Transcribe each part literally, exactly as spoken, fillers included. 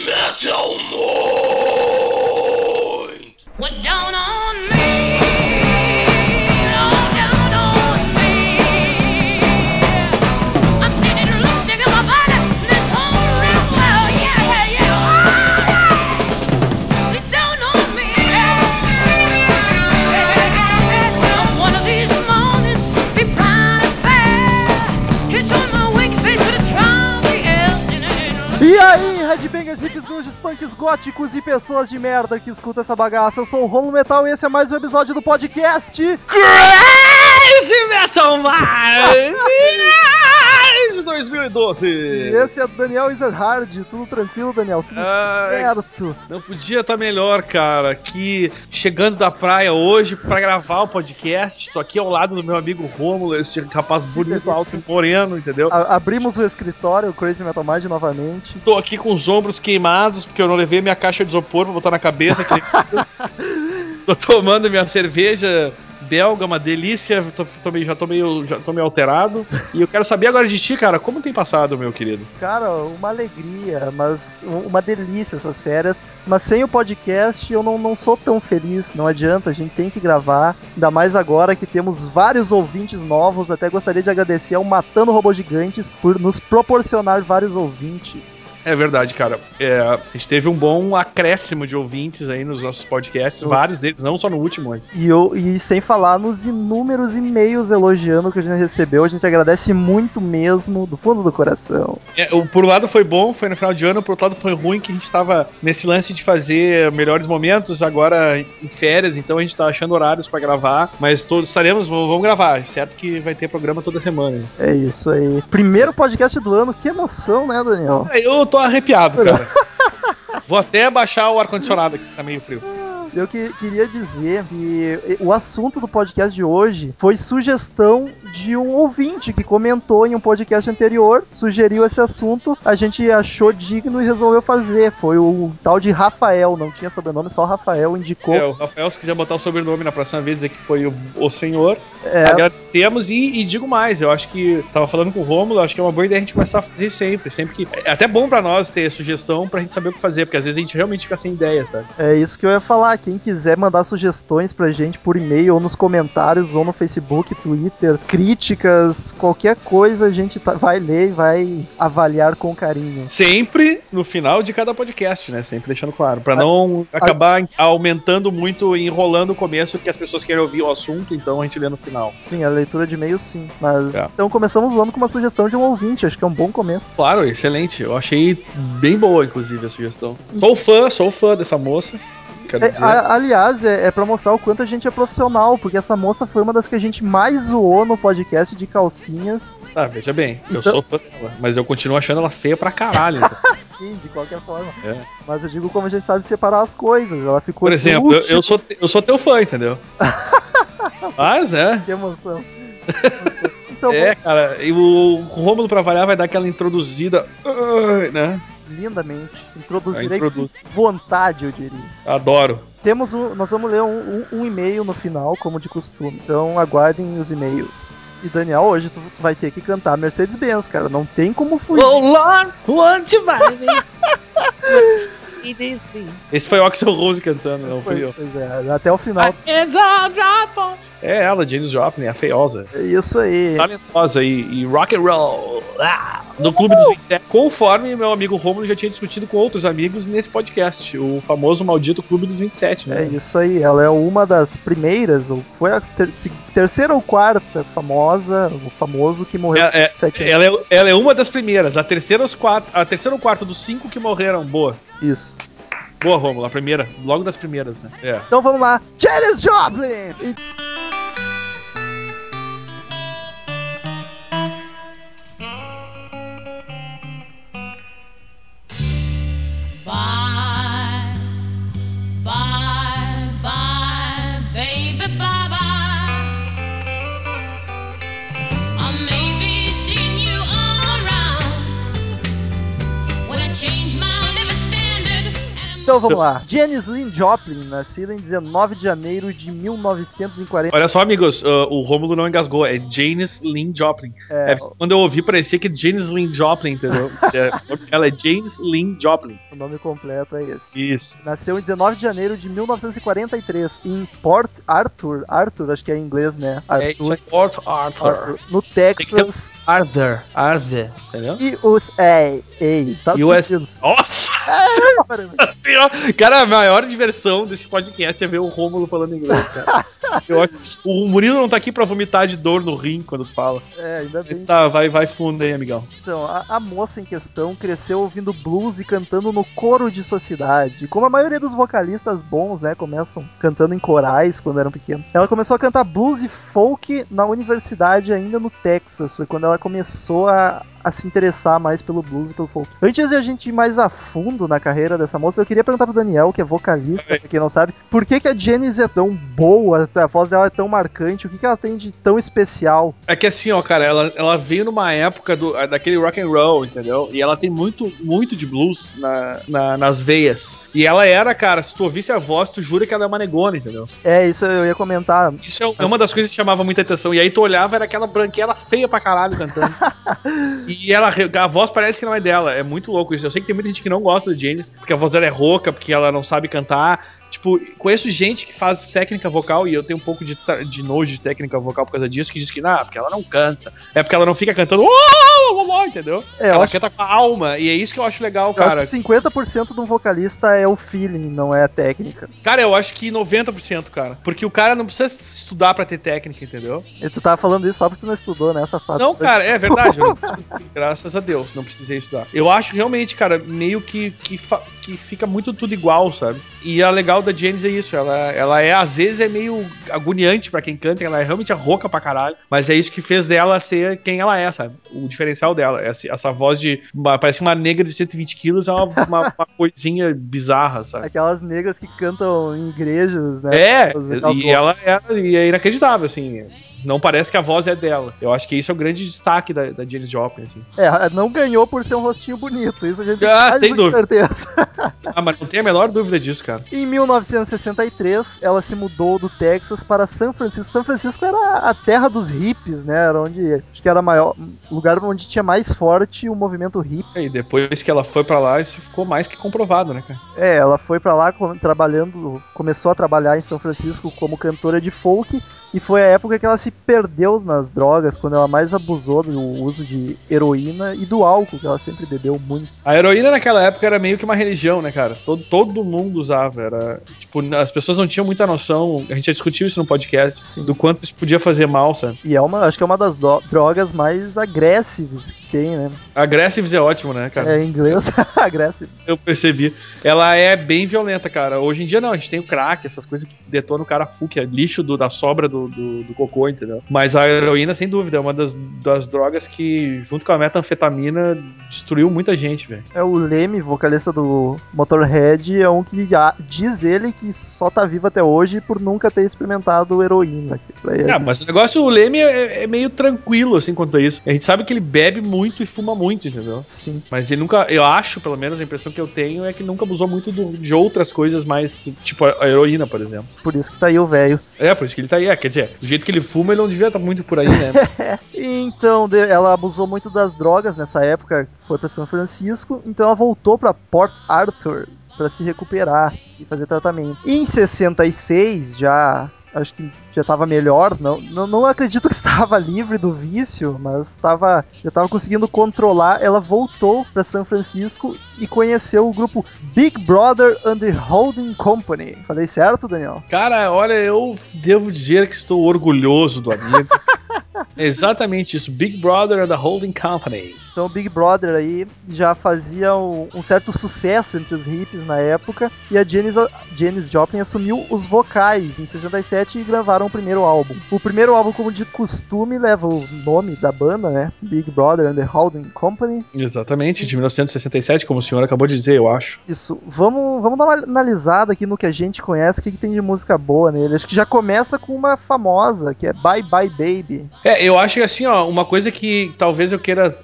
Metal Mind. What down on me? Oh, down on me. I'm feeling losing in my body. This whole real world, yeah, yeah, yeah. Oh, yeah. Get down on me. Yeah. One of these mornings, be proud and fair. It's on my weak face to the trial, the else in it. E aí, headbangers, hippies, grunges, punks, góticos e pessoas de merda que escutam essa bagaça, eu sou o Rolo Metal e esse é mais um episódio do podcast Crazy Metal Mind de dois mil e doze. E esse é Daniel Ezerhard. Tudo tranquilo, Daniel? Tudo Ai, certo? Não podia estar melhor, cara. Aqui, chegando da praia hoje pra gravar o podcast. Tô aqui ao lado do meu amigo Rômulo, esse rapaz bonito, delícia. alto e moreno, entendeu? A- abrimos o escritório, o Crazy Metal Mind novamente. Tô aqui com os ombros queimados, porque eu não levei minha caixa de isopor pra botar na cabeça. Que... Tô tomando minha cerveja belga, uma delícia. Tô, tô meio, já, tô meio, já tô meio alterado. E eu quero saber agora de ti, cara, como tem passado, meu querido? Cara, uma alegria, mas uma delícia essas férias. Mas sem o podcast eu não, não sou tão feliz, não adianta, a gente tem que gravar. Ainda mais agora que temos vários ouvintes novos. Até gostaria de agradecer ao Matando Robôs Gigantes por nos proporcionar vários ouvintes. É verdade, cara. É, a gente teve um bom acréscimo de ouvintes aí nos nossos podcasts, vários deles, não só no último, mas... E, eu, e sem falar nos inúmeros e-mails elogiando que a gente recebeu, a gente agradece muito mesmo, do fundo do coração. É, o, por um lado foi bom, foi no final de ano, por outro lado foi ruim, que a gente tava nesse lance de fazer melhores momentos, agora em férias, então a gente tá achando horários pra gravar, mas todos estaremos, vamos gravar, certo que vai ter programa toda semana. É isso aí. Primeiro podcast do ano, que emoção, né, Daniel? É, eu tô arrepiado, cara. Vou até baixar o ar-condicionado aqui, tá meio frio. Eu que, queria dizer que o assunto do podcast de hoje foi sugestão de um ouvinte que comentou em um podcast anterior, sugeriu esse assunto, a gente achou digno e resolveu fazer. Foi o tal de Rafael, não tinha sobrenome, só Rafael indicou. É, o Rafael, se quiser botar o sobrenome na próxima vez, dizer que foi o, o senhor, É. agradecemos e, e digo mais, eu acho que, tava falando com o Rômulo, acho que é uma boa ideia a gente começar a fazer sempre, sempre que... É até bom pra nós ter sugestão pra gente saber o que fazer, porque às vezes a gente realmente fica sem ideia, sabe? É isso que eu ia falar. Quem quiser mandar sugestões pra gente por e-mail, ou nos comentários, ou no Facebook, Twitter, críticas, qualquer coisa, a gente tá, vai ler e vai avaliar com carinho. Sempre no final de cada podcast, né? Sempre deixando claro. Pra não a, acabar a... aumentando muito e enrolando o começo, que as pessoas querem ouvir o assunto, então a gente lê no final. Sim, a leitura de e-mail sim. Mas é. Então começamos o ano com uma sugestão de um ouvinte, acho que é um bom começo. Claro, excelente. Eu achei bem boa, inclusive, a sugestão. Sou fã, sou fã dessa moça. É, a, aliás, é, é pra mostrar o quanto a gente é profissional, porque essa moça foi uma das que a gente mais zoou no podcast de calcinhas. Ah, veja bem, então... eu sou fã dela, mas eu continuo achando ela feia pra caralho. Então. Sim, de qualquer forma. É. Mas eu digo como a gente sabe separar as coisas. Ela ficou. Por exemplo, eu, eu, sou, eu sou teu fã, entendeu? Mas, né? Que emoção. Que emoção. Então, é, bom... cara, e o Rômulo pra variar vai dar aquela introduzida, né? Lindamente. Introduzirei introduz. com vontade, eu diria. Adoro. Temos um, nós vamos ler um, um, um e-mail no final, como de costume. Então aguardem os e-mails. E Daniel, hoje tu, tu vai ter que cantar Mercedes-Benz, cara. Não tem como fugir. Oh Lord, won't you buy me? Esse foi o Axl Rose cantando, não fui eu. Pois é, até o final. É ela, Janis Joplin, a feiosa. É isso aí. Talentosa e, e rock and roll. Ah, no Clube dos vinte e sete. Conforme meu amigo Rômulo já tinha discutido com outros amigos nesse podcast. O famoso maldito Clube dos vinte e sete, né? É isso aí. Ela é uma das primeiras, ou foi a ter- terceira ou quarta famosa, o famoso que morreu é, é, sete anos. Ela é, ela é uma das primeiras. A terceira, os quatro, a terceira ou quarta dos cinco que morreram. Boa. Isso. Boa, Rômulo. A primeira. Logo das primeiras, né? É. Então vamos lá. Janis Joplin! E... Bye, bye, bye, baby, bye, bye. I may be seeing you around when I change my living standard. Então vamos lá. Janis Lyn Joplin, nascida em dezenove de janeiro de mil novecentos e quarenta. Olha só, amigos, uh, o Rômulo não engasgou, é Janis Lyn Joplin. É, É, quando eu ouvi, parecia que Janis Lyn Joplin, entendeu? É, ela é Janis Lyn Joplin. o nome completo é esse. Isso. Nasceu em dezenove de janeiro de mil novecentos e quarenta e três em Port Arthur. Arthur, acho que é em inglês, né? É, isso é Arthur. Port Arthur. Arthur, no Texas. Arthur. Arthur. Entendeu? E os. É, ei, tá U S Unidos. Nossa! É, para- Cara, a maior diversão desse podcast é ver o Rômulo falando inglês, cara. Eu acho que o Murilo não tá aqui pra vomitar de dor no rim quando fala. é, ainda bem. Mas tá, vai, vai fundo aí, amigão. Então, a, a moça em questão cresceu ouvindo blues e cantando no coro de sociedade. Como a maioria dos vocalistas bons, né, começam cantando em corais quando eram pequenos. Ela começou a cantar blues e folk na universidade ainda no Texas. Foi quando ela começou a, a se interessar mais pelo blues e pelo folk. Antes de a gente ir mais a fundo na carreira dessa moça, eu queria perguntar pro Daniel, que é vocalista, Oi. pra quem não sabe, por que, que a Janis é tão boa, a voz dela é tão marcante, o que, que ela tem de tão especial? É que assim, ó, cara, ela, ela veio numa época do, daquele rock and roll, entendeu? E ela tem muito, muito de blues na, na- nas veias. E ela era, cara, se tu ouvisse a voz, tu jura que ela é uma negona, entendeu? É, isso eu ia comentar. Isso é, é uma das coisas que chamava muita atenção. E aí tu olhava, era aquela branquela feia pra caralho cantando. E ela, a voz parece que não é dela. É muito louco isso. Eu sei que tem muita gente que não gosta de Janis, porque a voz dela é rouca, porque ela não sabe cantar. Tipo, conheço gente que faz técnica vocal e eu tenho um pouco de, ta- de nojo de técnica vocal por causa disso, que diz que, não, porque ela não canta. É porque ela não fica cantando, "Uau, uau, uau", entendeu? É, eu ela acho canta que- com a alma, e é isso que eu acho legal, Eu cara. acho que cinquenta por cento de um vocalista é o feeling, não é a técnica. Cara, eu acho que noventa por cento, cara. Porque o cara não precisa estudar pra ter técnica, entendeu? E tu tava falando isso só porque tu não estudou, né, safado? Não, cara, é verdade. eu não- graças a Deus, não precisei estudar. Eu acho realmente, cara, meio que, que, fa- que fica muito tudo igual, sabe? E a legal da Janis é isso. Ela, ela é, às vezes, é meio agoniante pra quem canta. Ela é realmente rouca pra caralho. Mas é isso que fez dela ser quem ela é, sabe? O diferencial dela. Essa, essa voz de. uma- parece uma negra de cento e vinte quilos é uma, uma, uma coisinha bizarra, sabe? Aquelas negras que cantam em igrejas, né? É, Aquelas- aquelas e ela gotas. é, e é inacreditável, assim. Não parece que a voz é dela. Eu acho que isso é o grande destaque da, da Janis Joplin, assim. É, não ganhou por ser um rostinho bonito. Isso a gente tem Ah, quase sem do que dúvida. certeza. Ah, mas não tenho a menor dúvida disso, cara. Em mil novecentos e sessenta e três, ela se mudou do Texas para São Francisco. São Francisco era a terra dos hippies, né? Era onde, acho que era o maior lugar onde tinha mais forte o movimento hippie. E depois que ela foi pra lá, isso ficou mais que comprovado, né, cara? É, ela foi pra lá com- trabalhando, começou a trabalhar em São Francisco como cantora de folk e foi a época que ela se perdeu nas drogas, quando ela mais abusou do uso de heroína e do álcool, que ela sempre bebeu muito. A heroína naquela época era meio que uma religião, né, cara? Todo, todo mundo usava. Era, tipo, as pessoas não tinham muita noção. A gente já discutiu isso no podcast. Sim. Do quanto isso podia fazer mal, sabe? E é uma, acho que é uma das do- drogas mais agressivas que tem, né? Aggressives é ótimo, né, cara? É em inglês, agressive. Eu percebi. Ela é bem violenta, cara. Hoje em dia não, a gente tem o crack, essas coisas que detonam o cara full, que é lixo do- da sobra do, do, do cocô, entendeu? Mas a heroína, sem dúvida, é uma das, das drogas que, junto com a metanfetamina, destruiu muita gente, velho. É o Leme, vocalista do Motorhead, é um que ah, diz ele que só tá vivo até hoje por nunca ter experimentado heroína. Pra ele. Ah, mas o negócio, o Leme é, é meio tranquilo, assim, quanto a isso. A gente sabe que ele bebe muito e fuma muito, entendeu? Sim. Mas ele nunca, eu acho, pelo menos, a impressão que eu tenho é que nunca abusou muito do- de outras coisas mais, tipo a, a heroína, por exemplo. Por isso que tá aí o velho. É, por isso que ele tá aí. É, quer dizer, do jeito que ele fuma, ele não devia estar muito por aí, né? Então, de- ela abusou muito das drogas nessa época, foi pra São Francisco, então ela voltou pra Port Arthur pra se recuperar e fazer tratamento. E em sessenta e seis, já acho que já estava melhor, não, não, não acredito que estava livre do vício, mas estava, já estava conseguindo controlar. Ela voltou para São Francisco e conheceu o grupo Big Brother and the Holding Company. Falei certo, Daniel? Cara, olha, eu devo dizer que estou orgulhoso do amigo. É exatamente isso, Big Brother and the Holding Company. Então o Big Brother aí já fazia um, um certo sucesso entre os hippies na época, e a Janis, a Janis Joplin assumiu os vocais em sessenta e sete e gravaram o primeiro álbum. O primeiro álbum, como de costume, leva o nome da banda, né? Big Brother and the Holding Company. Exatamente, de mil novecentos e sessenta e sete, como o senhor acabou de dizer, eu acho. Isso, vamos, vamos dar uma analisada aqui no que a gente conhece, o que, que tem de música boa nele. Acho que já começa com uma famosa, que é Bye Bye Baby. É, eu acho que assim, ó, uma coisa que talvez eu queira me atravessar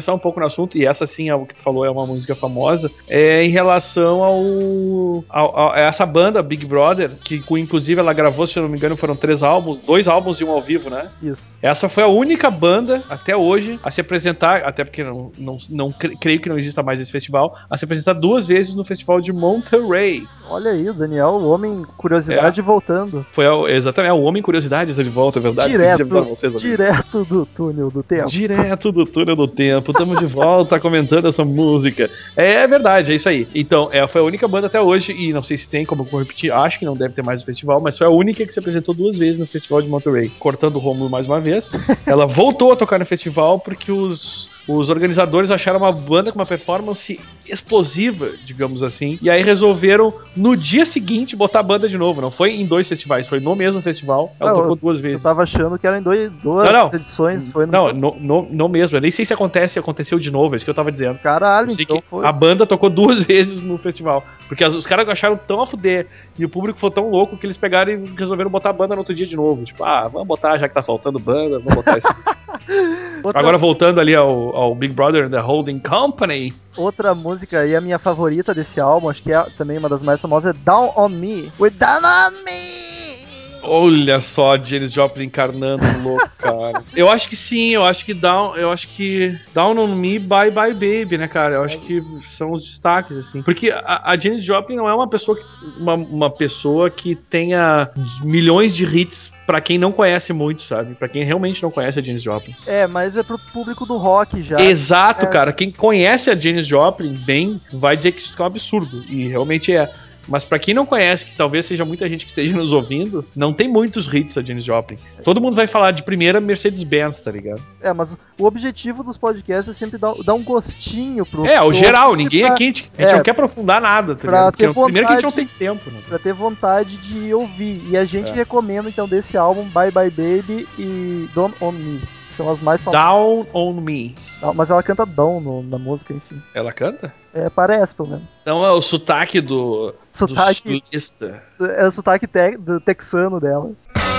começar um pouco no assunto, e essa sim é o que tu falou, é uma música famosa, é em relação ao, ao, a essa banda, Big Brother, que inclusive ela gravou, se eu não me engano, foram três álbuns, dois álbuns e um ao vivo, né? Isso. Essa foi a única banda, até hoje, a se apresentar, até porque não, não, não creio que não exista mais esse festival, a se apresentar duas vezes no festival de Monterrey. Olha aí, o Daniel, o homem curiosidade É. voltando. Foi a, exatamente, é, o Homem Curiosidade está de volta, é verdade? Direto, vocês, direto do túnel do tempo. Direto do túnel do tempo, estamos de volta comentando essa música. É, é verdade, é isso aí. Então, é, foi a única banda até hoje, e não sei se tem como repetir, acho que não deve ter mais no festival, mas foi a única que se apresentou duas vezes no festival de Monterrey. Cortando o Rômulo mais uma vez, ela voltou a tocar no festival porque os... Os organizadores acharam uma banda com uma performance explosiva, digamos assim, e aí resolveram, no dia seguinte, botar a banda de novo. Não foi em dois festivais, foi no mesmo festival. Ela Não, tocou duas vezes. Eu tava achando que era em dois, duas não, não. edições. Foi no não, mesmo. no, no, no mesmo. Eu nem sei se acontece, aconteceu de novo, é isso que eu tava dizendo. Caralho, eu sei então que foi. A banda tocou duas vezes no festival. Porque as, os caras acharam tão a fuder e o público foi tão louco que eles pegaram e resolveram botar a banda no outro dia de novo. Tipo, ah, vamos botar, já que tá faltando banda, vamos botar isso. Outra... Agora voltando ali ao, ao Big Brother and the Holding Company. Outra música e a minha favorita desse álbum, acho que é também uma das mais famosas, é Down on Me. With Down on Me! Olha só a Janis Joplin encarnando um louco, cara. Eu acho que sim, eu acho que Down, eu acho que Down on Me, Bye Bye Baby, né, cara? Eu acho que são os destaques, assim. Porque a, a Janis Joplin não é uma pessoa que, uma, uma pessoa que tenha milhões de hits pra quem não conhece muito, sabe? Pra quem realmente não conhece a Janis Joplin. É, mas é pro público do rock já. Exato, é... cara. Quem conhece a Janis Joplin bem vai dizer que isso é um absurdo. E realmente é. Mas pra quem não conhece, que talvez seja muita gente que esteja nos ouvindo, não tem muitos hits da Janis Joplin. Todo mundo vai falar de primeira Mercedes-Benz, tá ligado? É, mas o objetivo dos podcasts é sempre dar, dar um gostinho pro... É, o pro geral, ninguém pra, aqui, a gente, a gente é, não quer aprofundar nada, tá pra ligado? ter Porque vontade, primeiro que a gente não tem tempo, né? Pra ter vontade de ouvir. E a gente É. recomenda, então, desse álbum Bye Bye Baby e Down on Me. Que são as mais famosas. Down on Me. Não, mas ela canta Down no, na música, enfim. Ela canta? É, parece, pelo menos. Então é o sotaque do... Sotaque... do sulista. É o sotaque te, do texano dela.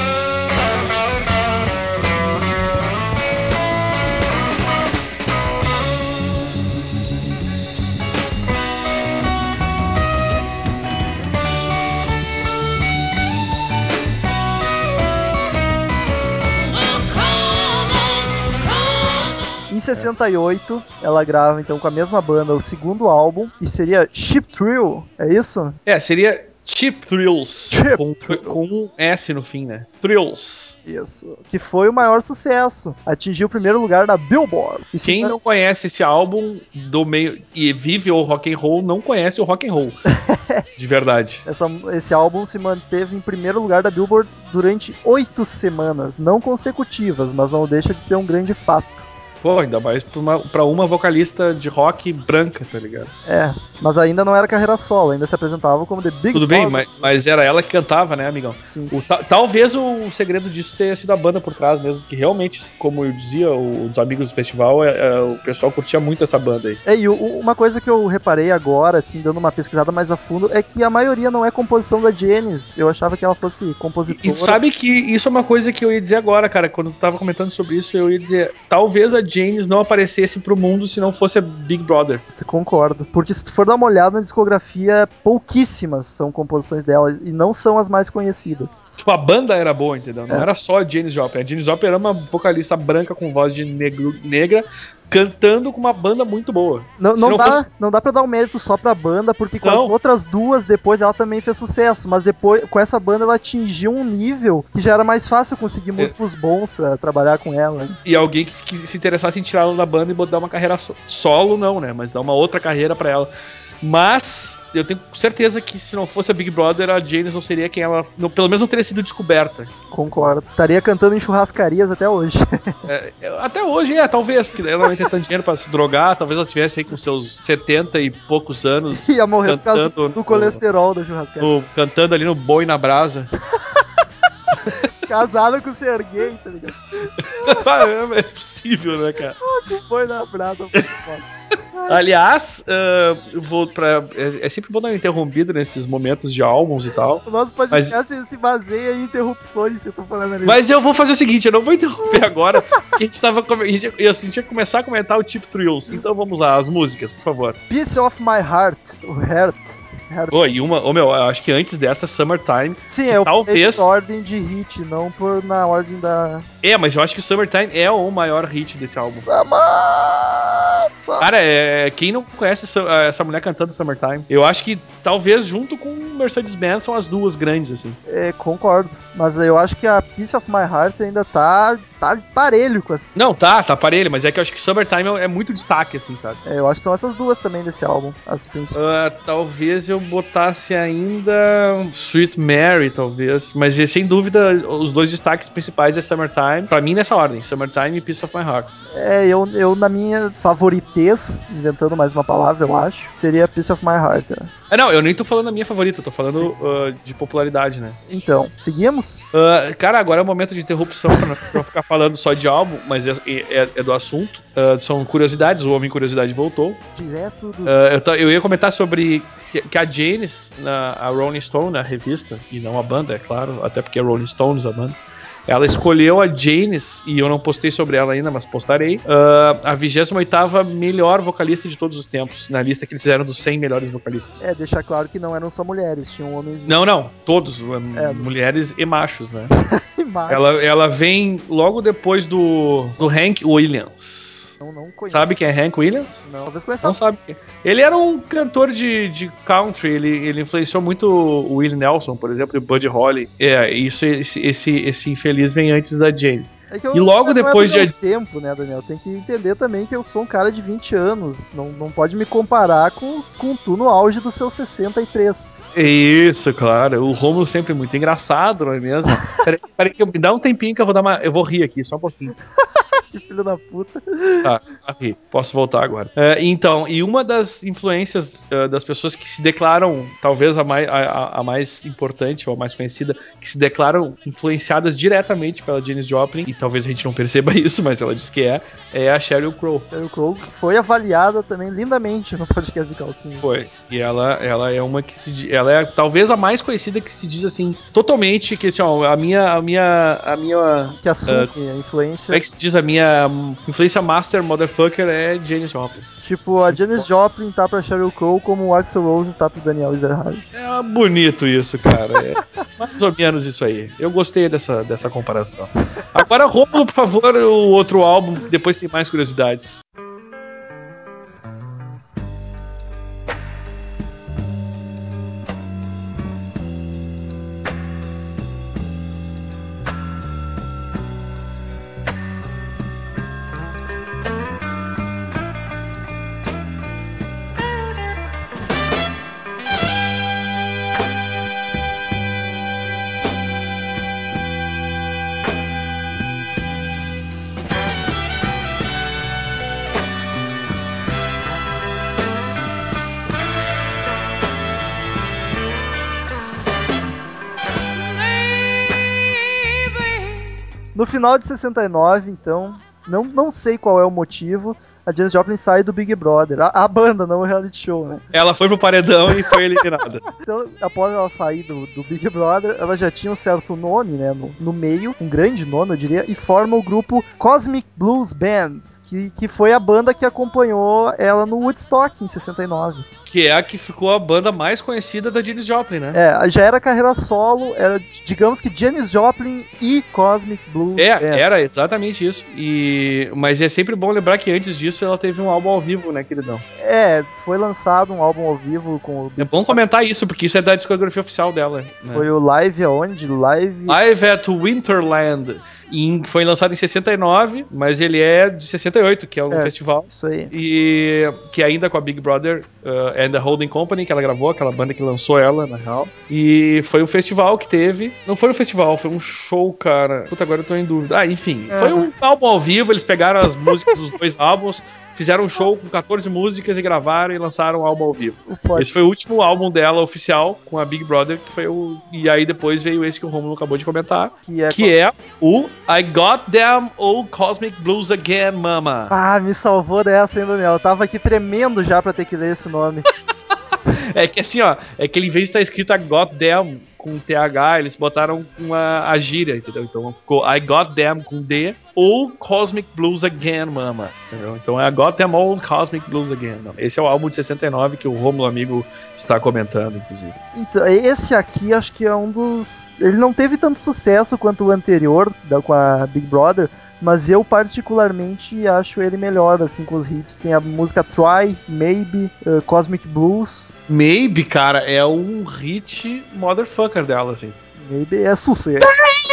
Em sessenta e oito, ela grava então com a mesma banda o segundo álbum, que seria Cheap Thrill, é isso? É, seria Cheap Thrills, Cheap com, Thrill. com um S no fim, né? Thrills. Isso, que foi o maior sucesso. Atingiu o primeiro lugar na Billboard. E Quem se... não conhece esse álbum do meio e vive o rock and roll não conhece o rock and roll. De verdade. Essa, esse álbum se manteve em primeiro lugar da Billboard durante oito semanas, não consecutivas, mas não deixa de ser um grande fato. Pô, ainda mais pra uma, pra uma vocalista de rock branca, tá ligado? É, mas ainda não era carreira solo, ainda se apresentava como The Big Tudo bem, Brother. mas, mas era ela que cantava, né, amigão? Sim, O, sim. ta, talvez o segredo disso tenha sido a banda por trás mesmo, que realmente, como eu dizia, o, os amigos do festival, é, é, o pessoal curtia muito essa banda aí. É, e o, uma coisa que eu reparei agora, assim, dando uma pesquisada mais a fundo, é que a maioria não é composição da Janis. Eu achava que ela fosse compositora. E sabe que isso é uma coisa que eu ia dizer agora, cara, quando tu tava comentando sobre isso, eu ia dizer, talvez a Janis não aparecesse pro mundo se não fosse a Big Brother. Concordo. Porque se tu for dar uma olhada na discografia, pouquíssimas são composições dela e não são as mais conhecidas. Tipo, a banda era boa, entendeu? Não É. era só a Janis Joplin. A Janis Joplin era uma vocalista branca com voz de negro, negra, cantando com uma banda muito boa. Não, Se não, não dá, fosse- não dá pra dar um mérito só pra banda, porque com Não. as outras duas, depois ela também fez sucesso. Mas depois, com essa banda, ela atingiu um nível que já era mais fácil conseguir músicos bons pra trabalhar com ela. E alguém que, que se interessasse em tirar ela da banda e botar uma carreira so- solo, não, né? Mas dar uma outra carreira pra ela. Mas eu tenho certeza que se não fosse a Big Brother, a Janis não seria quem ela... Não, pelo menos não teria sido descoberta. Concordo. Estaria cantando em churrascarias até hoje. É, é, até hoje, é, talvez, porque ela não tem tanto dinheiro pra se drogar, talvez ela tivesse aí com seus setenta e poucos anos. Ia morrer por causa do, cantando do no- colesterol da churrascaria. no- cantando ali no Boi na Brasa. Casada com o Serguei, tá ligado? É possível, né, cara? Foi na brasa. Aliás, uh, eu vou pra, é, é sempre bom dar uma interrompida nesses momentos de álbuns e tal. O nosso podcast mas... se baseia em interrupções, se eu tô falando ali. Mas eu vou fazer o seguinte, eu não vou interromper agora, porque a gente tava. A gente, a gente ia começar a comentar o Cheap Thrills. Então vamos lá, as músicas, por favor. Piece of My Heart, o Heart. Oh, e uma, oh, meu, eu acho que antes dessa, Summertime. Sim, eu talvez por ordem de hit, não por na ordem da. É, mas eu acho que Summertime é o maior hit desse álbum. Summer! Cara, é, quem não conhece essa, essa mulher cantando Summertime, eu acho que talvez junto com Mercedes-Benz são as duas grandes, assim. É, concordo. Mas eu acho que a Piece of My Heart ainda tá, tá parelho com as. Não, tá, tá parelho, mas é que eu acho que Summertime é, é muito destaque, assim, sabe? É, eu acho que são essas duas também desse álbum, as principais. Uh, talvez eu botasse ainda Sweet Mary, talvez. Mas sem dúvida, os dois destaques principais é Summertime. Pra mim, nessa ordem, Summertime e Piece of My Heart. É, eu, eu na minha favoritez, inventando mais uma palavra, eu acho, seria Piece of My Heart. Né? É, não, eu nem tô falando da minha favorita, eu tô falando uh, de popularidade, né? Então, seguimos? Uh, cara, agora é o momento de interrupção pra não, pra não ficar falando só de álbum, mas é, é, é do assunto. Uh, são curiosidades, o Homem Curiosidade voltou. Direto do... Uh, eu, eu ia comentar sobre que, que a Janis, na, a Rolling Stone, na revista, e não a banda, é claro, até porque é Rolling Stones a banda, ela escolheu a Janis, e eu não postei sobre ela ainda, mas postarei, uh, a vigésima oitava melhor vocalista de todos os tempos, na lista que eles fizeram dos cem melhores vocalistas. É, deixar claro que não eram só mulheres, tinham homens... Não, não, todos, é, mulheres e machos, né? e machos. Ela, ela vem logo depois do, do Hank Williams. Não, não conheço. Sabe quem é Hank Williams? Não, talvez conheça. Não sabe quem. Ele era um cantor de, de country, ele, ele influenciou muito o Willie Nelson, por exemplo, e o Buddy Holly. É, isso, esse, esse, esse infeliz vem antes da Janis. É que eu, e logo depois não é do de... meu tempo, né, Daniel? Tem que entender também que eu sou um cara de vinte anos. Não, não pode me comparar com, com tu no auge dos seus sessenta e três. Isso, claro. O Rômulo sempre muito engraçado, não é mesmo? Peraí, peraí, que eu, me dá um tempinho que eu vou dar uma... Eu vou rir aqui, só um pouquinho. Que filho da puta. Tá, ri. Posso voltar agora. É, então, e uma das influências uh, das pessoas que se declaram, talvez a mais, a, a mais importante ou a mais conhecida, que se declaram influenciadas diretamente pela Janis Joplin, e talvez a gente não perceba isso, mas ela diz que é, é a Sheryl Crow. Sheryl Crow foi avaliada também lindamente no podcast de Calcinhas. Foi. E ela, ela é uma que se ela é talvez a mais conhecida que se diz assim, totalmente, que assim, ó, a minha, a minha, a minha... Que assume uh, a influência... Como é que se diz a minha influência master motherfucker é Janis Joplin. Tipo, a Janis Joplin tá pra Sheryl Crow como o Axl Rose está pro Daniel Ezerhard. É bonito isso, cara. É mais ou menos isso aí. Eu gostei dessa, dessa comparação. Agora, Rômulo, por favor, o outro álbum, depois tem mais curiosidades. No final de sessenta e nove, então, não, não sei qual é o motivo, a Janis Joplin sai do Big Brother. A, a banda, não o reality show, né? Ela foi pro paredão e foi eliminada. Então, após ela sair do, do Big Brother, ela já tinha um certo nome, né, no, no meio, um grande nome, eu diria, e forma o grupo Cosmic Blues Band, que, que foi a banda que acompanhou ela no Woodstock, em sessenta e nove. Que é a que ficou a banda mais conhecida da Janis Joplin, né? É, já era carreira solo, era, digamos que Janis Joplin e Cosmic Blues É, Band. era exatamente isso. E... Mas é sempre bom lembrar que antes disso ela teve um álbum ao vivo, né, queridão? É, foi lançado um álbum ao vivo com o... É bom comentar isso, porque isso é da discografia oficial dela. Né? Foi o Live aonde? Live... Live at Winterland. E foi lançado em sessenta e nove, mas ele é de sessenta e oito, que é o É, festival. Isso aí. E que ainda com a Big Brother uh, and the Holding Company, que ela gravou, aquela banda que lançou ela, na real. E foi um festival que teve. Não foi um festival, foi um show, cara. Puta, agora eu tô em dúvida. Ah, enfim. É. Foi um álbum ao vivo, eles pegaram as músicas dos dois álbuns, fizeram um show com quatorze músicas e gravaram e lançaram um álbum ao vivo. Pode. Esse foi o último álbum dela oficial com a Big Brother, que foi o. E aí depois veio esse que o Romulo acabou de comentar, Que é, que é o I Got Them Old Cosmic Blues Again, Mama. Ah, me salvou dessa, hein, Daniel? Eu tava aqui tremendo já pra ter que ler esse nome. É que assim, ó, é que ele, em vez de estar escrito I Got Them com T H, eles botaram uma a gíria, entendeu? Então ficou I Got Them com D ou Cosmic Blues Again, Mama. Entendeu? Então é I Got Them Old Cosmic Blues Again, Mama. Esse é o álbum de sessenta e nove que o Romulo amigo está comentando, inclusive. Então, esse aqui acho que é um dos... Ele não teve tanto sucesso quanto o anterior, da, com a Big Brother, mas eu particularmente acho ele melhor, assim, com os hits. Tem a música Try, Maybe, uh, Cosmic Blues. Maybe, cara, é um hit motherfucker dela, assim. Maybe é sucesso.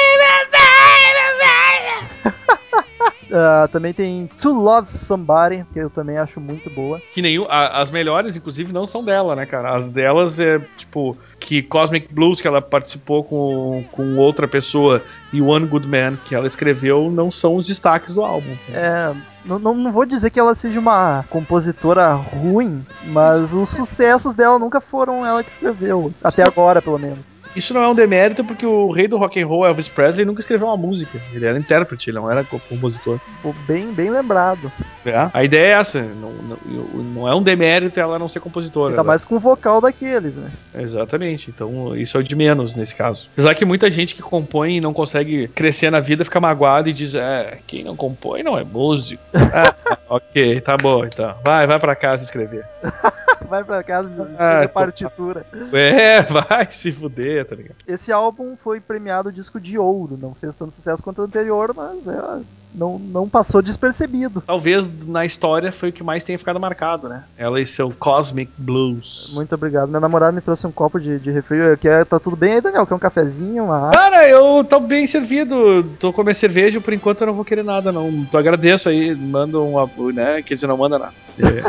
Uh, também tem To Love Somebody, que eu também acho muito boa. Que nenhum, a, as melhores, inclusive, não são dela, né, cara? As delas é, tipo, que Cosmic Blues, que ela participou com, com outra pessoa, e One Good Man, que ela escreveu, não são os destaques do álbum. É, não, não, não vou dizer que ela seja uma compositora ruim, mas os sucessos dela nunca foram ela que escreveu, até agora, pelo menos. Isso não é um demérito, porque o rei do rock and roll, Elvis Presley, nunca escreveu uma música. Ele era intérprete, ele não era compositor. Pô, Bem, bem lembrado. É, a ideia é essa, não, não, não é um demérito ela não ser compositora. Ainda ela... mais com o vocal daqueles, né? Exatamente, então isso é o de menos nesse caso. Apesar que muita gente que compõe e não consegue crescer na vida fica magoado e diz, é, quem não compõe não é músico. Ah, ok, tá bom então. Vai, vai pra casa escrever. Vai pra casa escrever Ah, partitura. É, vai se fuder, tá ligado? Esse álbum foi premiado disco de ouro, não fez tanto sucesso quanto o anterior, mas é, não, não passou despercebido. Talvez na história foi o que mais tenha ficado marcado, né? Ela e seu Cosmic Blues. Muito obrigado. Minha namorada me trouxe um copo de, de refri. Quer, tá tudo bem aí, Daniel? Quer um cafezinho, uma água? Cara, eu tô bem servido. Tô comendo cerveja, por enquanto eu não vou querer nada, não. Tu agradeço aí, manda um apoio, né? Quer dizer, não manda nada.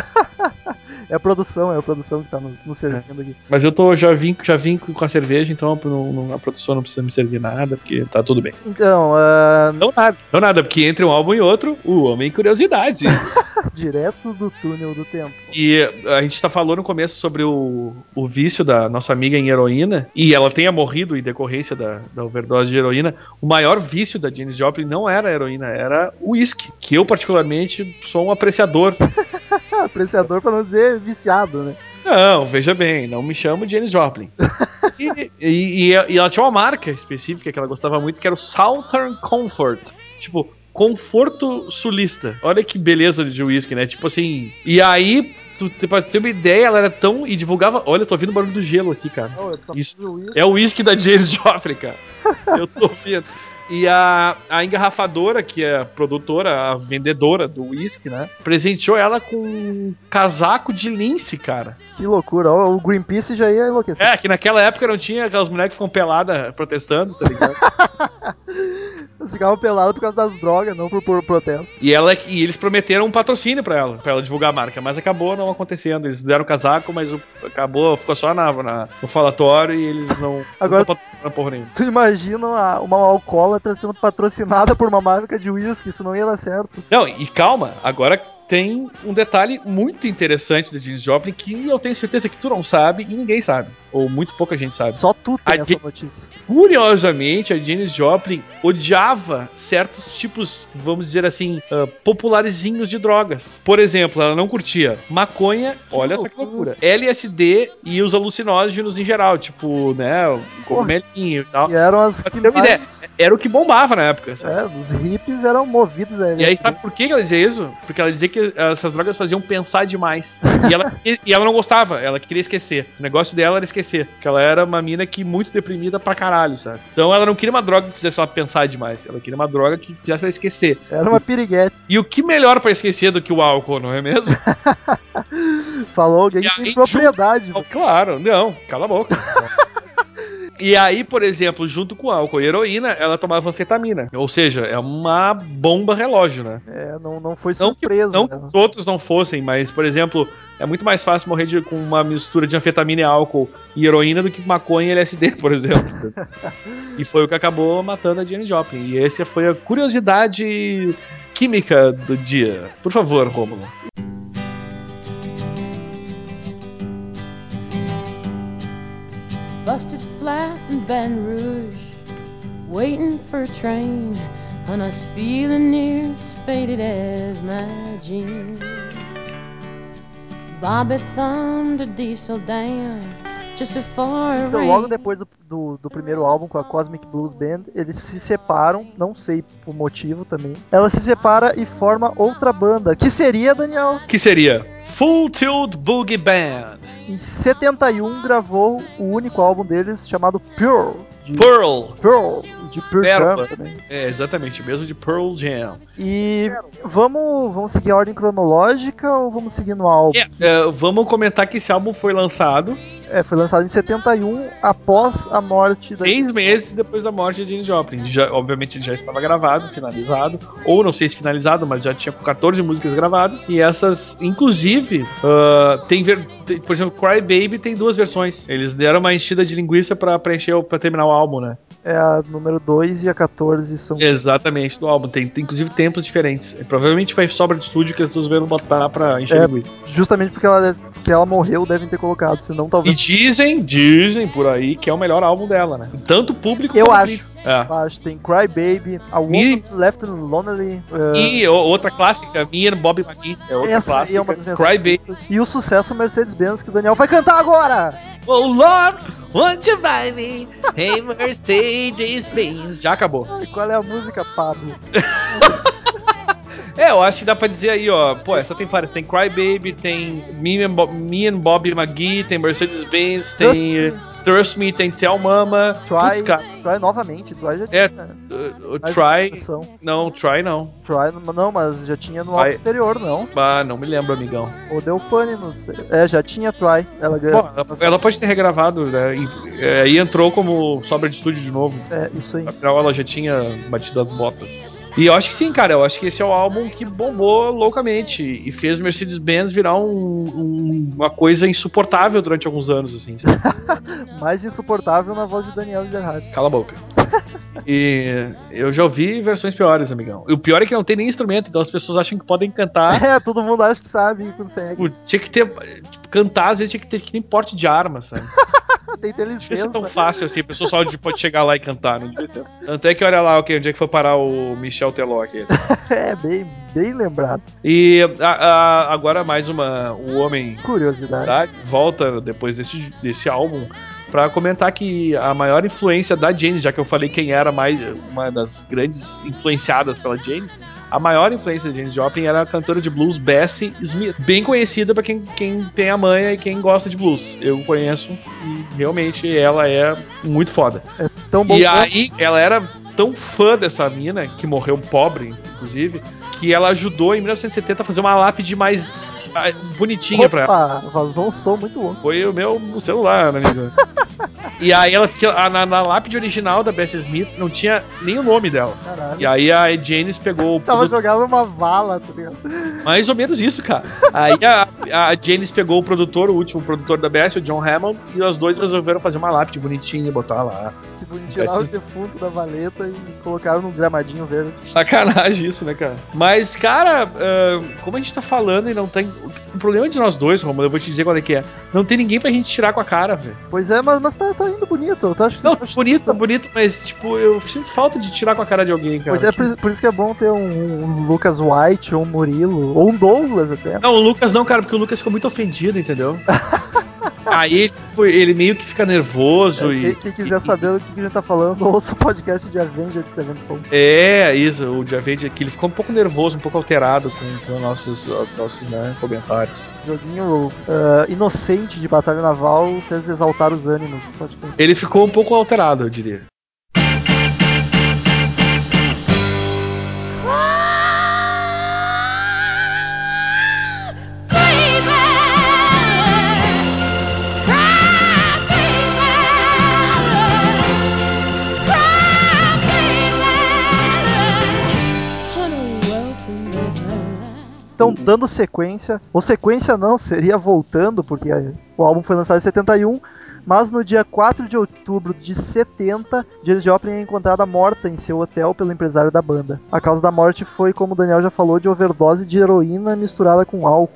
É. É a produção, é a produção que tá nos, nos servindo aqui. Mas eu tô, já vim, já vim com a cerveja, então não, não, a produção não precisa me servir nada, porque tá tudo bem. Então, uh... Não nada, não nada, porque entre um álbum e outro, o Homem Curiosidade. direto do túnel do tempo. E a gente tá falando no começo sobre o, o vício da nossa amiga em heroína, e ela tenha morrido em decorrência da, da overdose de heroína. O maior vício da Janis Joplin não era a heroína, era o uísque, que eu particularmente sou um apreciador. Apreciador pra não dizer viciado, né? Não, veja bem, não me chamo Janis Joplin. E, e, e ela tinha uma marca específica que ela gostava muito, que era o Southern Comfort. Tipo, conforto sulista. Olha que beleza de uísque, né? Tipo assim. E aí, tu, pra ter uma ideia, ela era tão. E divulgava. Olha, eu tô ouvindo o barulho do gelo aqui, cara. Oh, Isso é o uísque da Janis Joplin, cara. Eu tô ouvindo. E a, a engarrafadora, que é a produtora, a vendedora do uísque, né? Presenteou ela com um casaco de lince, cara. Que loucura, ó, o Greenpeace já ia enlouquecer. É, que naquela época não tinha aquelas mulheres que ficam peladas protestando, tá ligado? Eles ficavam pelados por causa das drogas, não por, por protesto. E, ela, e eles prometeram um patrocínio pra ela, pra ela divulgar a marca, mas acabou não acontecendo. Eles deram o casaco, mas o, acabou, ficou só na, na, no falatório e eles não, Agora, não patrocinaram porra nenhuma. Tu imagina uma, uma alcoólatra sendo patrocinada por uma marca de uísque, isso não ia dar certo. Não, e calma, agora tem um detalhe muito interessante da Janis Joplin que eu tenho certeza que tu não sabe e ninguém sabe. Ou muito pouca gente sabe. Só tu tem A essa Jan- notícia. Curiosamente, a Janis Joplin odiava certos tipos, vamos dizer assim, uh, popularzinhos de drogas. Por exemplo, ela não curtia maconha, Que olha só que loucura. loucura, L S D e os alucinógenos em geral, tipo, né, o cogumelinho e tal. Que eram as Pra que ter uma ideia, mais... era o que bombava na época. sabe? É, os hippies eram movidos a E aí, L S D. sabe por que ela dizia isso? Porque ela dizia que essas drogas faziam pensar demais. E ela, e, e ela não gostava, ela queria esquecer. O negócio dela era esquecer. Porque ela era uma mina que muito deprimida pra caralho, sabe? Então ela não queria uma droga que fizesse ela pensar demais. Ela queria uma droga que fizesse ela esquecer. Era uma piriguete. E o que melhor pra esquecer do que o álcool, não é mesmo? Falou alguém E que tem aí, propriedade. junto- Claro, não, cala a boca. E aí, por exemplo, junto com álcool e heroína, ela tomava anfetamina. Ou seja, é uma bomba relógio, né? É, não, não foi Não que, surpresa. não que né? os outros não fossem, mas, por exemplo, é muito mais fácil morrer de- com uma mistura de anfetamina e álcool e heroína do que maconha e L S D, por exemplo. E foi o que acabou matando a Janis Joplin. E essa foi a curiosidade química do dia. Por favor, Rômulo. busted flat in Baton Rouge, waiting for a train, and I was feeling near as faded as my jeans. Bobby thumbed a diesel down just before it Então, logo rained. depois do, do, do primeiro álbum com a Cosmic Blues Band, eles se separam, não sei o motivo também. Ela se separa e forma outra banda, que seria, Daniel, Que seria Full Tilt Boogie Band. em setenta e um gravou o único álbum deles chamado Pearl, de Pearl. Pearl, de Pearl Pérola. Jam também. É, exatamente, mesmo de Pearl Jam. E vamos, vamos seguir a ordem cronológica ou vamos seguir no álbum? É, é, vamos comentar que esse álbum foi lançado É, foi lançado em setenta e um, após a morte da... seis meses depois da morte de Janis Joplin. Já, obviamente ele já estava gravado, finalizado, ou não sei se finalizado, mas já tinha quatorze músicas gravadas. E essas, inclusive, uh, tem, ver, tem, por exemplo, Cry Baby tem duas versões. Eles deram uma enchida de linguiça pra preencher, pra terminar o álbum, né? É, a número dois e a quatorze são... Exatamente, do álbum. Tem, tem inclusive tempos diferentes. E provavelmente foi sobra de estúdio que eles resolveram botar pra encher É, linguiça. justamente porque ela, deve, porque ela morreu, devem ter colocado, senão E talvez... dizem, dizem por aí que é o melhor álbum dela, né? Tanto público Eu quanto acho. crítico. É. Eu acho, tem Cry Baby, A Woman Me- Left Lonely... uh, E o- outra clássica, Me and Bobby McGee. É outra essa aí clássica. é uma das minhas Cry Baby. favoritas. E o sucesso Mercedes-Benz que o Daniel vai cantar agora! Oh Lord, won't you buy me a Mercedes-Benz? Já acabou. Ai, qual é a música, Pablo? É, eu acho que dá pra dizer aí, ó. Pô, essa tem várias. Tem Cry Baby, tem Me and, Bo- Me and Bobby McGee, tem Mercedes-Benz, Trust tem Me. uh, Trust Me, tem Tell Mama. Try, Putz, cara. try novamente, Try já É, tinha. uh, uh, mais uma Try. versão. Não, Try não. Try, não, mas já tinha no Try. álbum anterior, não. Ah, não me lembro, amigão. Ou deu pane, não sei. É, já tinha Try. Ela ganhou. Bom, ela, ela pode ter regravado, né? E é, aí entrou como sobra de estúdio de novo. É, isso aí. Afinal, ela já tinha batido as botas. E eu acho que sim, cara. Eu acho que esse é o álbum que bombou loucamente e fez Mercedes-Benz virar um, um- uma coisa insuportável durante alguns anos, assim. Sabe? Mais insuportável na voz de Daniel Ezerhard. Cala a boca. E eu já ouvi versões piores, amigão. E o pior é que não tem nem instrumento, então as pessoas acham que podem cantar. É, todo mundo acha que sabe e consegue. Tipo, tinha que ter. Tipo, cantar, às vezes tinha que ter que nem porte de arma, sabe? Tem que ter Não devia ser tão licença. fácil assim, a pessoa só pode chegar lá e cantar, não devia ser assim. Tanto é que olha lá, okay, onde é que foi parar o Michel Teló aqui. É, bem, bem lembrado. E a- a- agora mais uma. O Homem Curiosidade. tá, volta depois desse, desse álbum pra comentar que a maior influência da Janis, já que eu falei quem era mais uma das grandes influenciadas pela Janis, a maior influência da Janis Joplin era a cantora de blues Bessie Smith, bem conhecida pra quem, quem tem a manha e quem gosta de blues. Eu conheço e realmente ela é muito foda. Tão bom E quanto- aí ela era tão fã dessa mina, que morreu pobre, inclusive, que ela ajudou em mil novecentos e setenta a fazer uma lápide mais ah, bonitinha pra ela. Opa, vazou um som muito louco. Foi o meu celular, amigo. E aí ela a- na, na lápide original da Bessie Smith não tinha nem o nome dela. Caralho. E aí a Janis pegou o Tava produto- jogando numa vala, tá ligado? mais ou menos isso, cara. Aí a, a Janis pegou o produtor, o último produtor da Bessie, o John Hammond, e os dois resolveram fazer uma lápide bonitinha e botar lá. Que bonitinho, tiraram o defunto da valeta e colocaram num gramadinho verde. Sacanagem isso, né, cara? Mas, cara, ah, como a gente tá falando e não tem. O problema de nós dois, Romulo, eu vou te dizer qual é que é. Não tem ninguém pra gente tirar com a cara, velho. Pois é, mas, mas tá, tá indo bonito. Tu acha que Não, tu acha- bonito, tá bonito, mas, tipo, eu sinto falta de tirar com a cara de alguém, cara. Pois é, por, por isso que é bom ter um, um Lucas White, ou um Murilo, ou um Douglas até. Não, o Lucas não, cara, porque o Lucas ficou muito ofendido, entendeu? Aí tipo, ele meio que fica nervoso É, e. quem, quem quiser e- saber do que a gente tá falando, ouça o podcast de Avenged Sevenfold. É, isso, o Javed aqui, ele ficou um pouco nervoso, um pouco alterado com, com nossos, nossos né, comentários. Joguinho ah, inocente de batalha naval fez exaltar os ânimos do podcast. Ele ficou um pouco alterado, eu diria. Então, dando sequência, ou sequência não, seria voltando, porque eh, o álbum foi lançado em setenta e um, mas no dia quatro de outubro de setenta, Janis Joplin é encontrada morta em seu hotel pelo empresário da banda. A causa da morte foi, como o Daniel já falou, de overdose de heroína misturada com álcool.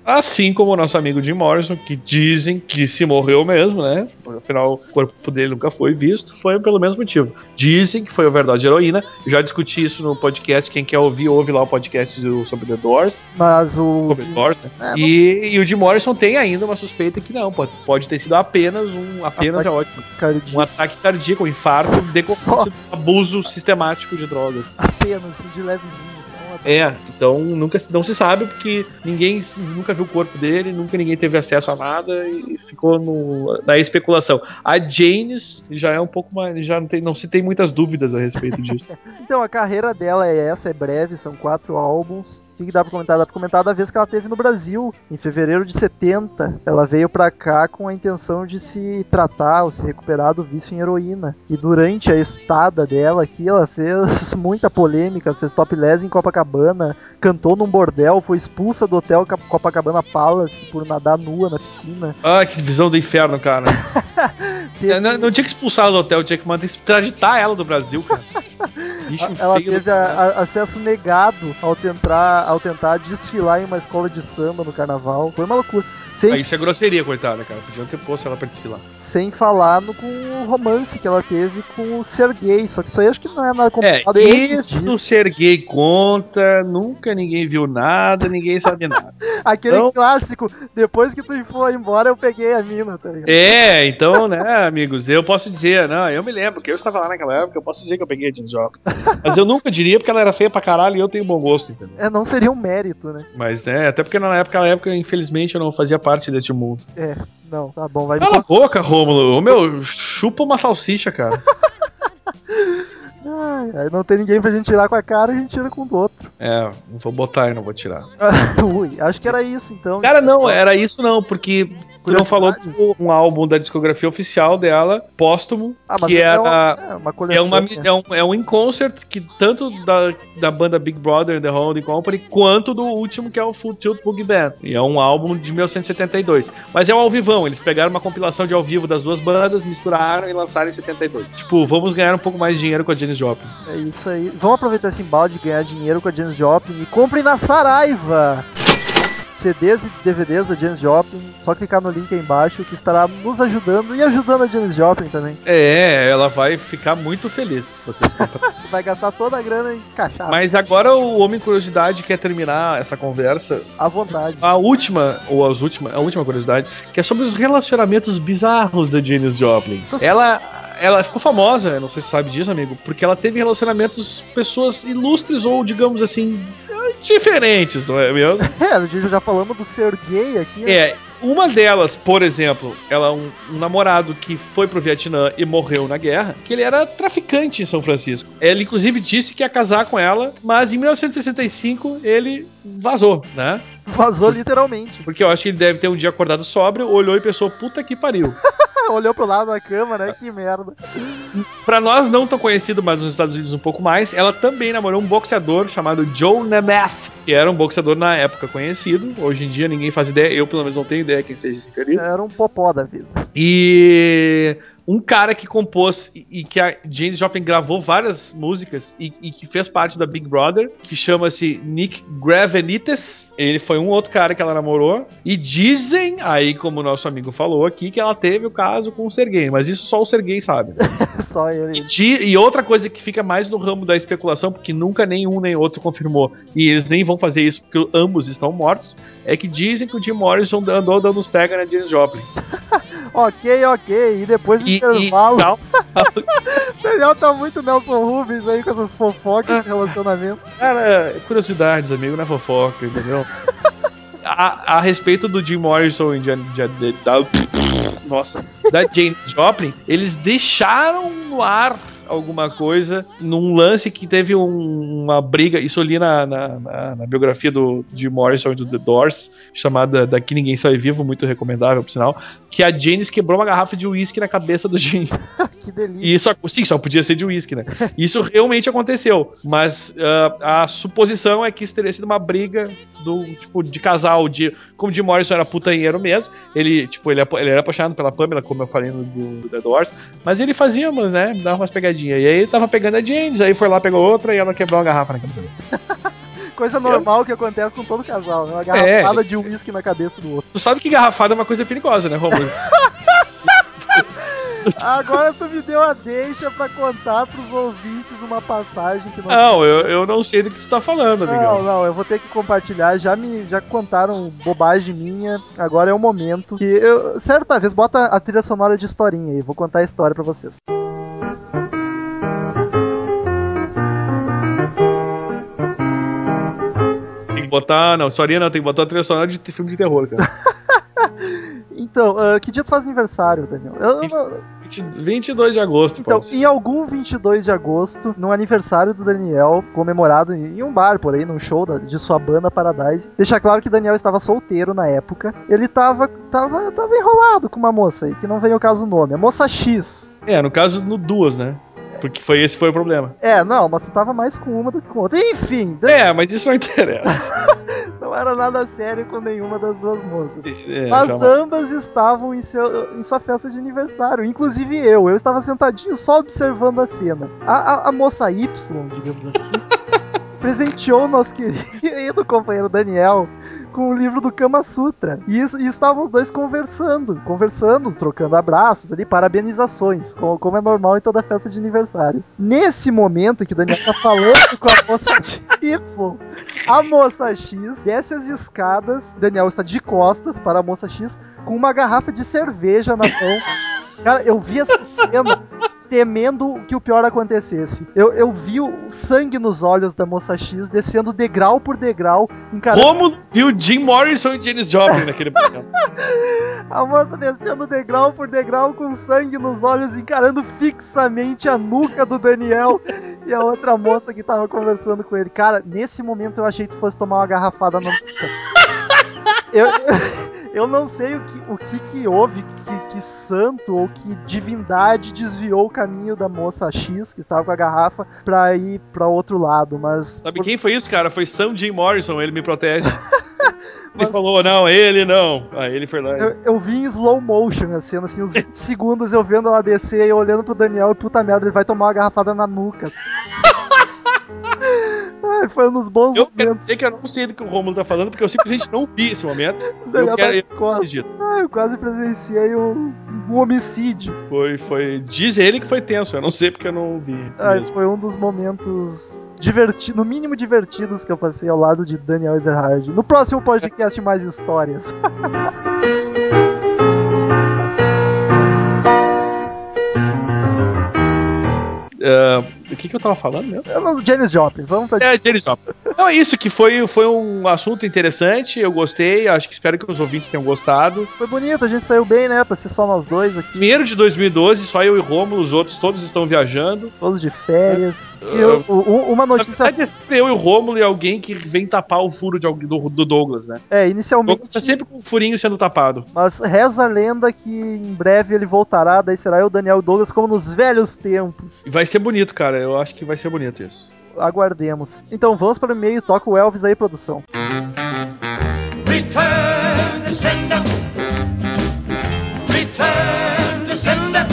Assim como o nosso amigo Jim Morrison, que dizem que se morreu mesmo, né? Afinal, o corpo dele nunca foi visto, foi pelo mesmo motivo. Dizem que foi overdose de heroína. Eu já discuti isso no podcast. Quem quer ouvir, ouve lá o podcast do, sobre The Doors. Mas o. Sobre Jim... Doors, né? é, não... e, e o Jim Morrison tem ainda uma suspeita que não, pode, pode ter sido apenas um. Apenas Ataque é ótimo. cardíaco. Um ataque cardíaco, um infarto decorrente do abuso sistemático de drogas. Apenas, assim, de levezinho. É, então nunca não se sabe porque ninguém nunca viu o corpo dele, nunca ninguém teve acesso a nada e ficou no, na especulação. A Janis já é um pouco mais, já não, tem, não se tem muitas dúvidas a respeito disso. Então a carreira dela é essa, é breve, são quatro álbuns. O que dá pra comentar? Dá pra comentar da vez que ela teve no Brasil, em fevereiro de setenta. Ela veio pra cá com a intenção de se tratar ou se recuperar do vício em heroína. E durante a estada dela aqui, ela fez muita polêmica, fez topless em Copacabana, cantou num bordel, foi expulsa do hotel Copacabana Palace por nadar nua na piscina. Ah, que visão do inferno, cara. teve... não, não tinha que expulsar ela do hotel, tinha que mandar extraditar ela do Brasil, cara. Ela teve a, a, acesso negado ao tentar, ao tentar desfilar em uma escola de samba no carnaval. Foi uma loucura. Sem... Ah, isso é grosseria, coitada, cara. Podiam ter posto ela pra desfilar. Sem falar no, com o romance que ela teve com o Sergei. Só que isso aí acho que não é nada complicado. É, isso o Sergei conta, nunca ninguém viu nada, ninguém sabe nada. Aquele então... clássico, depois que tu foi embora, eu peguei a mina, tá ligado? É, então, né, amigos, eu posso dizer, não, eu me lembro que eu estava lá naquela época, eu posso dizer que eu peguei a Janis Joplin. Mas eu nunca diria porque ela era feia pra caralho e eu tenho bom gosto, entendeu? É, não seria um mérito, né? Mas, né, até porque na época, na época, infelizmente, eu não fazia parte deste mundo. É, não, tá bom, vai Cala a boca, Rômulo. Meu, chupa uma salsicha, cara. Ai, não tem ninguém pra gente tirar com a cara, a gente tira com o outro. É, não vou botar e não vou tirar. Ui, acho que era isso então. Cara, não, era isso não, porque tu não falou um álbum da discografia oficial dela, póstumo, ah, mas que é, era, uma, é, uma é, uma, é, um, é um in-concert que tanto da, da banda Big Brother, The Holding Company, quanto do último que é o Full Tilt Boogie Band. E é um álbum de mil novecentos e setenta e dois. Mas é um ao vivão, eles pegaram uma compilação de ao vivo das duas bandas, misturaram e lançaram em setenta e dois. Tipo, vamos ganhar um pouco mais de dinheiro com a Janis Joplin. É isso aí. Vamos aproveitar esse embalde de ganhar dinheiro com a Janis Joplin e comprem na Saraiva! C Ds e D V Ds da Janis Joplin, só clicar no link aí embaixo que estará nos ajudando e ajudando a Janis Joplin também. É, ela vai ficar muito feliz se vocês comprarem. Vai gastar toda a grana em cachaça. Mas agora o Homem Curiosidade quer terminar essa conversa à vontade. A última, ou as últimas, a última curiosidade, que é sobre os relacionamentos bizarros da Janis Joplin. Nossa. Ela ela ficou famosa, não sei se você sabe disso, amigo, porque ela teve relacionamentos com pessoas ilustres ou, digamos assim, diferentes, não é mesmo? É, a gente já falamos do Sergei aqui. Né? É, uma delas, por exemplo, ela é um, um namorado que foi pro Vietnã e morreu na guerra, que ele era traficante em São Francisco. Ele, inclusive, disse que ia casar com ela, mas em mil novecentos e sessenta e cinco ele vazou, né? Vazou Por, literalmente. Porque eu acho que ele deve ter um dia acordado sóbrio, olhou e pensou, puta que pariu. Olhou pro lado da cama, né? Que merda. Pra nós não tão conhecido, mas nos Estados Unidos um pouco mais, ela também namorou um boxeador chamado Joe Namath, que era um boxeador na época conhecido. Hoje em dia ninguém faz ideia, eu pelo menos não tenho ideia quem seja esse infeliz. Era um popó da vida. E um cara que compôs e, e que a Janis Joplin gravou várias músicas e, e que fez parte da Big Brother, que chama-se Nick Gravenites. Ele foi um outro cara que ela namorou. E dizem, aí como o nosso amigo falou aqui, que ela teve o caso com o Sergei, mas isso só o Sergei sabe. Só ele. E, de, e outra coisa que fica mais no ramo da especulação, porque nunca nenhum nem outro confirmou, e eles nem vão fazer isso porque ambos estão mortos, é que dizem que o Jim Morrison andou dando uns pega na Janis Joplin. Ok, ok. E depois do e, intervalo. E, o Daniel tá muito Nelson Rubens aí com essas fofocas de relacionamento. Cara, curiosidades, amigo, não é fofoca, entendeu? a, a respeito do Jim Morrison e de, de, de, da, nossa, da Janis Joplin, eles deixaram no ar alguma coisa num lance que teve um, uma briga, isso eu li na, na, na, na biografia do Jim Morrison e do The Doors, chamada Daqui Ninguém Sai Vivo, muito recomendável, por sinal, que a Janis quebrou uma garrafa de uísque na cabeça do Jim. Que delícia. E isso, sim, só podia ser de uísque, né? Isso realmente aconteceu, mas uh, a suposição é que isso teria sido uma briga do, tipo, de casal, de, como o Jim Morrison era putanheiro mesmo, ele, tipo, ele, ele era apaixonado pela Pamela, como eu falei no do, do The Doors, mas ele fazia umas, né, dava umas pegadinhas, e aí ele tava pegando a Janis, aí foi lá, pegou outra, e ela quebrou uma garrafa na cabeça dele. coisa normal que acontece com todo casal, né? Uma garrafada É. de uísque na cabeça do outro. Tu sabe que garrafada é uma coisa perigosa, né, Romulo? Agora tu me deu a deixa pra contar pros ouvintes uma passagem que nós Não, eu, eu não sei do que tu tá falando, Não, amigão. não, eu vou ter que compartilhar. Já me já contaram bobagem minha. Agora é o momento que eu, certa vez, bota a trilha sonora de historinha aí. Vou contar a história pra vocês. Tem que botar, não, historinha não, tem que botar a trilha sonora de t- filme de terror, cara. Então, ah, que dia tu faz aniversário, Daniel? Eu- eu não- vinte vinte e dois de agosto, Então, pode ser. em algum vinte e dois de agosto, no aniversário do Daniel, comemorado em em um bar, por aí, num show da- de sua banda Paradise, deixa claro que Daniel estava solteiro na época. Ele tava, tava, tava enrolado com uma moça aí, que não vem ao caso o nome. A moça X. É, no caso, no duas, né? Porque foi esse foi o problema. É, não, mas tu tava mais com uma do que com outra. Enfim, Dan- É, mas isso não interessa. não era nada sério com nenhuma das duas moças. É, Mas jamais. ambas estavam em, seu, em sua festa de aniversário. Inclusive eu. Eu estava sentadinho só observando a cena. A, a, a moça Y, digamos assim, presenteou nosso querido companheiro Daniel com o livro do Kama Sutra. E, isso- e estavam os dois conversando. Conversando, trocando abraços ali, parabenizações. Como, como é normal em toda festa de aniversário. Nesse momento que o Daniel tá falando com a moça Y, a moça X desce as escadas. Daniel está de costas para a moça X com uma garrafa de cerveja na mão. Cara, eu vi essa cena temendo que o pior acontecesse. Eu, eu vi o sangue nos olhos da moça X descendo degrau por degrau, encarando Como viu Jim Morrison e Janis Joplin naquele momento? a moça descendo degrau por degrau com sangue nos olhos, encarando fixamente a nuca do Daniel e a outra moça que tava conversando com ele. Cara, nesse momento eu achei que tu fosse tomar uma garrafada na nuca. Eu, eu não sei o que, o que, que houve, que, que santo ou que divindade desviou o caminho da moça X, que estava com a garrafa, pra ir pra outro lado, mas... Sabe por- quem foi isso, cara? Foi Sam Jim Morrison, ele me protege. Ele Mas- falou, não, ele não. Aí ele foi lá. e- Eu, eu vi em slow motion a cena, assim, uns vinte segundos eu vendo ela descer e eu olhando pro Daniel e puta merda, ele vai tomar uma garrafada na nuca. Ai, foi um dos bons Eu quero momentos. dizer que eu não sei do que o Romulo tá falando, porque eu simplesmente não vi esse momento. O Daniel Eu quero. tá Eu de costas. acredito. Ai, eu quase presenciei um, um homicídio. Foi, foi. Diz ele que foi tenso, eu não sei porque eu não vi. Ai, mesmo. foi um dos momentos divertidos, no mínimo divertidos que eu passei ao lado de Daniel Ezerhard. No próximo podcast, mais histórias. Ah, o que, que eu tava falando mesmo? Eu não- Janis Joplin, vamos pra... É, Janis Joplin. Então é isso, que foi, foi um assunto interessante, eu gostei, acho que espero que os ouvintes tenham gostado. Foi bonito, a gente saiu bem, né? Pra ser só nós dois aqui, Primeiro de dois mil e doze, só eu e Rômulo, os outros todos estão viajando. todos de férias. E eu- o- o- uma Na notícia... verdade, é sempre eu e o Rômulo e alguém que vem tapar o furo de alguém- do, do Douglas, né? É, O inicialmente... Douglas tá sempre com o furinho sendo tapado. Mas reza a lenda que em breve ele voltará, daí será eu, Daniel e Douglas, como nos velhos tempos. E vai ser bonito, cara, eu acho que vai ser bonito isso. Aguardemos. Então vamos para o e-mail, toca o Elvis aí, produção. Return to sender. Return to sender.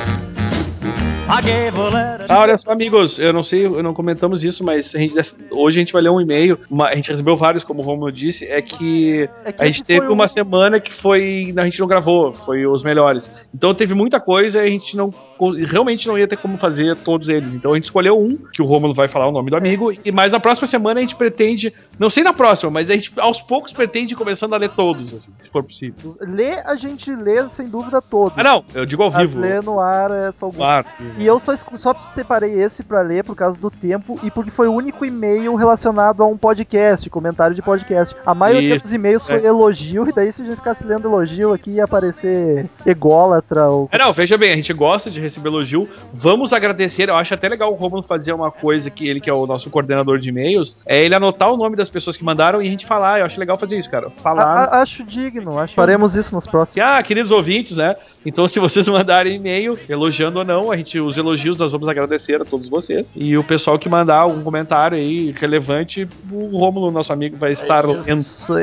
I gave a letter. Ah, olha só, amigos, eu não sei, eu não comentamos isso, mas a gente, hoje a gente vai ler um e-mail, uma- a gente recebeu vários, como o Romulo disse, é que, É que a esse gente teve foi o- uma semana que foi, a gente não gravou, foi os melhores. Então teve muita coisa e a gente não, realmente não ia ter como fazer todos eles. Então a gente escolheu um, que o Romulo vai falar o nome do amigo, e mais na próxima semana a gente pretende, não sei na próxima, mas a gente aos poucos pretende ir começando a ler todos, assim, se for possível. Lê, a gente lê sem dúvida todo. Ah, não, eu digo ao Mas vivo. ler no ar é só o Claro. E eu só, esco- só separei esse pra ler por causa do tempo e porque foi o único e-mail relacionado a um podcast, comentário de podcast. A maioria Isso, dos e-mails foi é. elogio, e daí se a gente ficasse lendo elogio aqui ia aparecer ególatra ou... É, não, veja bem, a gente gosta de receber elogio. Vamos agradecer. Eu acho até legal o Romulo fazer uma coisa que ele, que é o nosso coordenador de e-mails, é ele anotar o nome das pessoas que mandaram e a gente falar. Eu acho legal fazer isso, cara. Falar. A- a- acho digno, acho faremos isso nos próximos. Ah, queridos ouvintes, né? Então, se vocês mandarem e-mail, elogiando ou não, a gente, os elogios nós vamos agradecer a todos vocês. E o pessoal que mandar algum comentário aí relevante, o Rômulo, nosso amigo, vai estar lendo. Isso aí.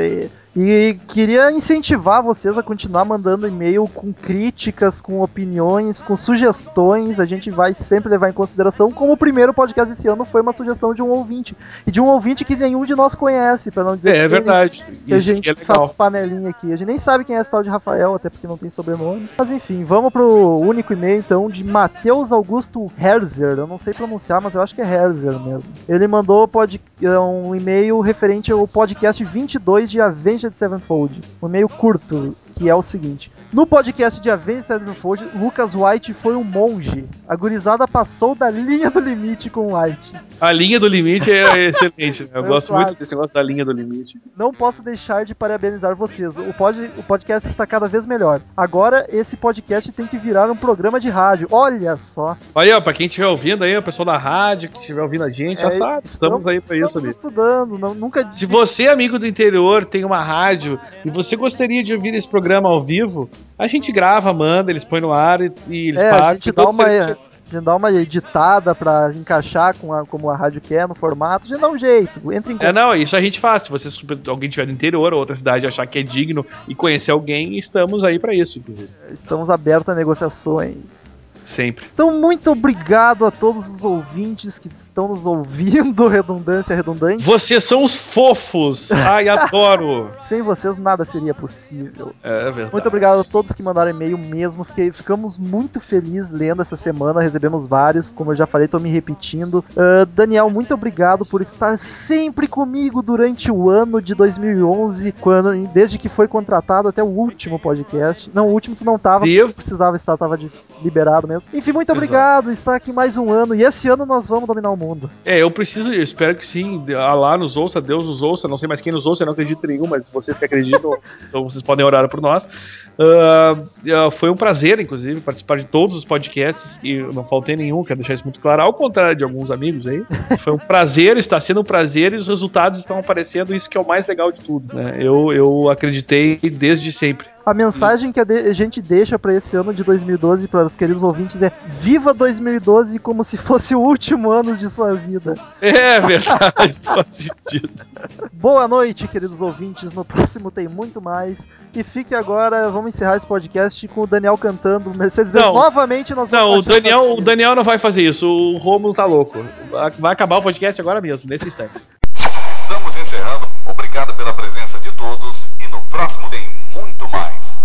E queria incentivar vocês a continuar mandando e-mail com críticas, com opiniões, com sugestões. A gente vai sempre levar em consideração, como o primeiro podcast esse ano foi uma sugestão de um ouvinte. E de um ouvinte que nenhum de nós conhece, pra não dizer É, que, é verdade. que a Isso gente que é faz legal. panelinha aqui. A gente nem sabe quem é esse tal de Rafael, até porque não tem sobrenome. Mas enfim, vamos pro único e-mail então de Matheus Augusto Herzer. Eu não sei pronunciar, mas eu acho que é Herzer mesmo. Ele mandou pod... um e-mail referente ao podcast vinte e dois de Avenged Sevenfold. Um e-mail curto, que é o seguinte: no podcast de Avenged Sevenfold, Lucas White foi um monge. A gurizada passou da linha do limite com White. A linha do limite é excelente, né? Eu Foi um gosto muito clássico. desse negócio da linha do limite. Não posso deixar de parabenizar vocês. O, pod, o podcast está cada vez melhor. Agora, esse podcast tem que virar um programa de rádio. Olha só. Olha, ó, pra quem estiver ouvindo aí, o pessoal da rádio, que estiver ouvindo a gente, já É, sabe, estamos aí pra estamos isso ali. estudando. Não, nunca Se você, amigo do interior, tem uma rádio e você gostaria de ouvir esse programa ao vivo, a gente grava, manda, eles põem no ar e, e eles É, pagam. a gente dá uma, a gente dá uma editada pra encaixar com a, como a rádio quer no formato. A gente dá um jeito. Entra em É, não, isso a gente faz. Se você, alguém tiver no interior ou outra cidade achar que é digno e conhecer alguém, estamos aí pra isso, inclusive. Estamos abertos a negociações. Sempre. Então, muito obrigado a todos os ouvintes que estão nos ouvindo, redundância redundante. Vocês são os fofos! Ai, adoro! Sem vocês nada seria possível. É verdade. Muito obrigado a todos que mandaram e-mail mesmo. Fiquei, ficamos muito felizes lendo essa semana, recebemos vários, como eu já falei, tô me repetindo. Uh, Daniel, muito obrigado por estar sempre comigo durante o ano de dois mil e onze, quando, desde que foi contratado até o último podcast. Não, o último tu não tava, Devo. precisava estar, tava de, liberado mesmo. Enfim, muito Exato. obrigado, está aqui mais um ano, e esse ano nós vamos dominar o mundo. É, eu preciso, eu espero que sim, Alá nos ouça, Deus nos ouça, não sei mais quem nos ouça, eu não acredito em nenhum, mas vocês que acreditam, então vocês podem orar por nós. Uh, uh, foi um prazer, inclusive, participar de todos os podcasts, e eu não faltei nenhum, quero deixar isso muito claro, ao contrário de alguns amigos aí. Foi um prazer, está sendo um prazer, e os resultados estão aparecendo, isso que é o mais legal de tudo, né? Eu, eu acreditei desde sempre. A mensagem que a, de- a gente deixa pra esse ano de dois mil e doze para os queridos ouvintes é: viva dois mil e doze como se fosse o último ano de sua vida. É verdade, faz sentido. Boa noite, queridos ouvintes. No próximo tem muito mais. E fique agora, vamos encerrar esse podcast com o Daniel cantando Mercedes-Benz. Não. Novamente nós vamos Não, o partir Daniel, da- o Daniel não vai fazer isso, o Rômulo tá louco. Vai acabar o podcast agora mesmo, nesse instante.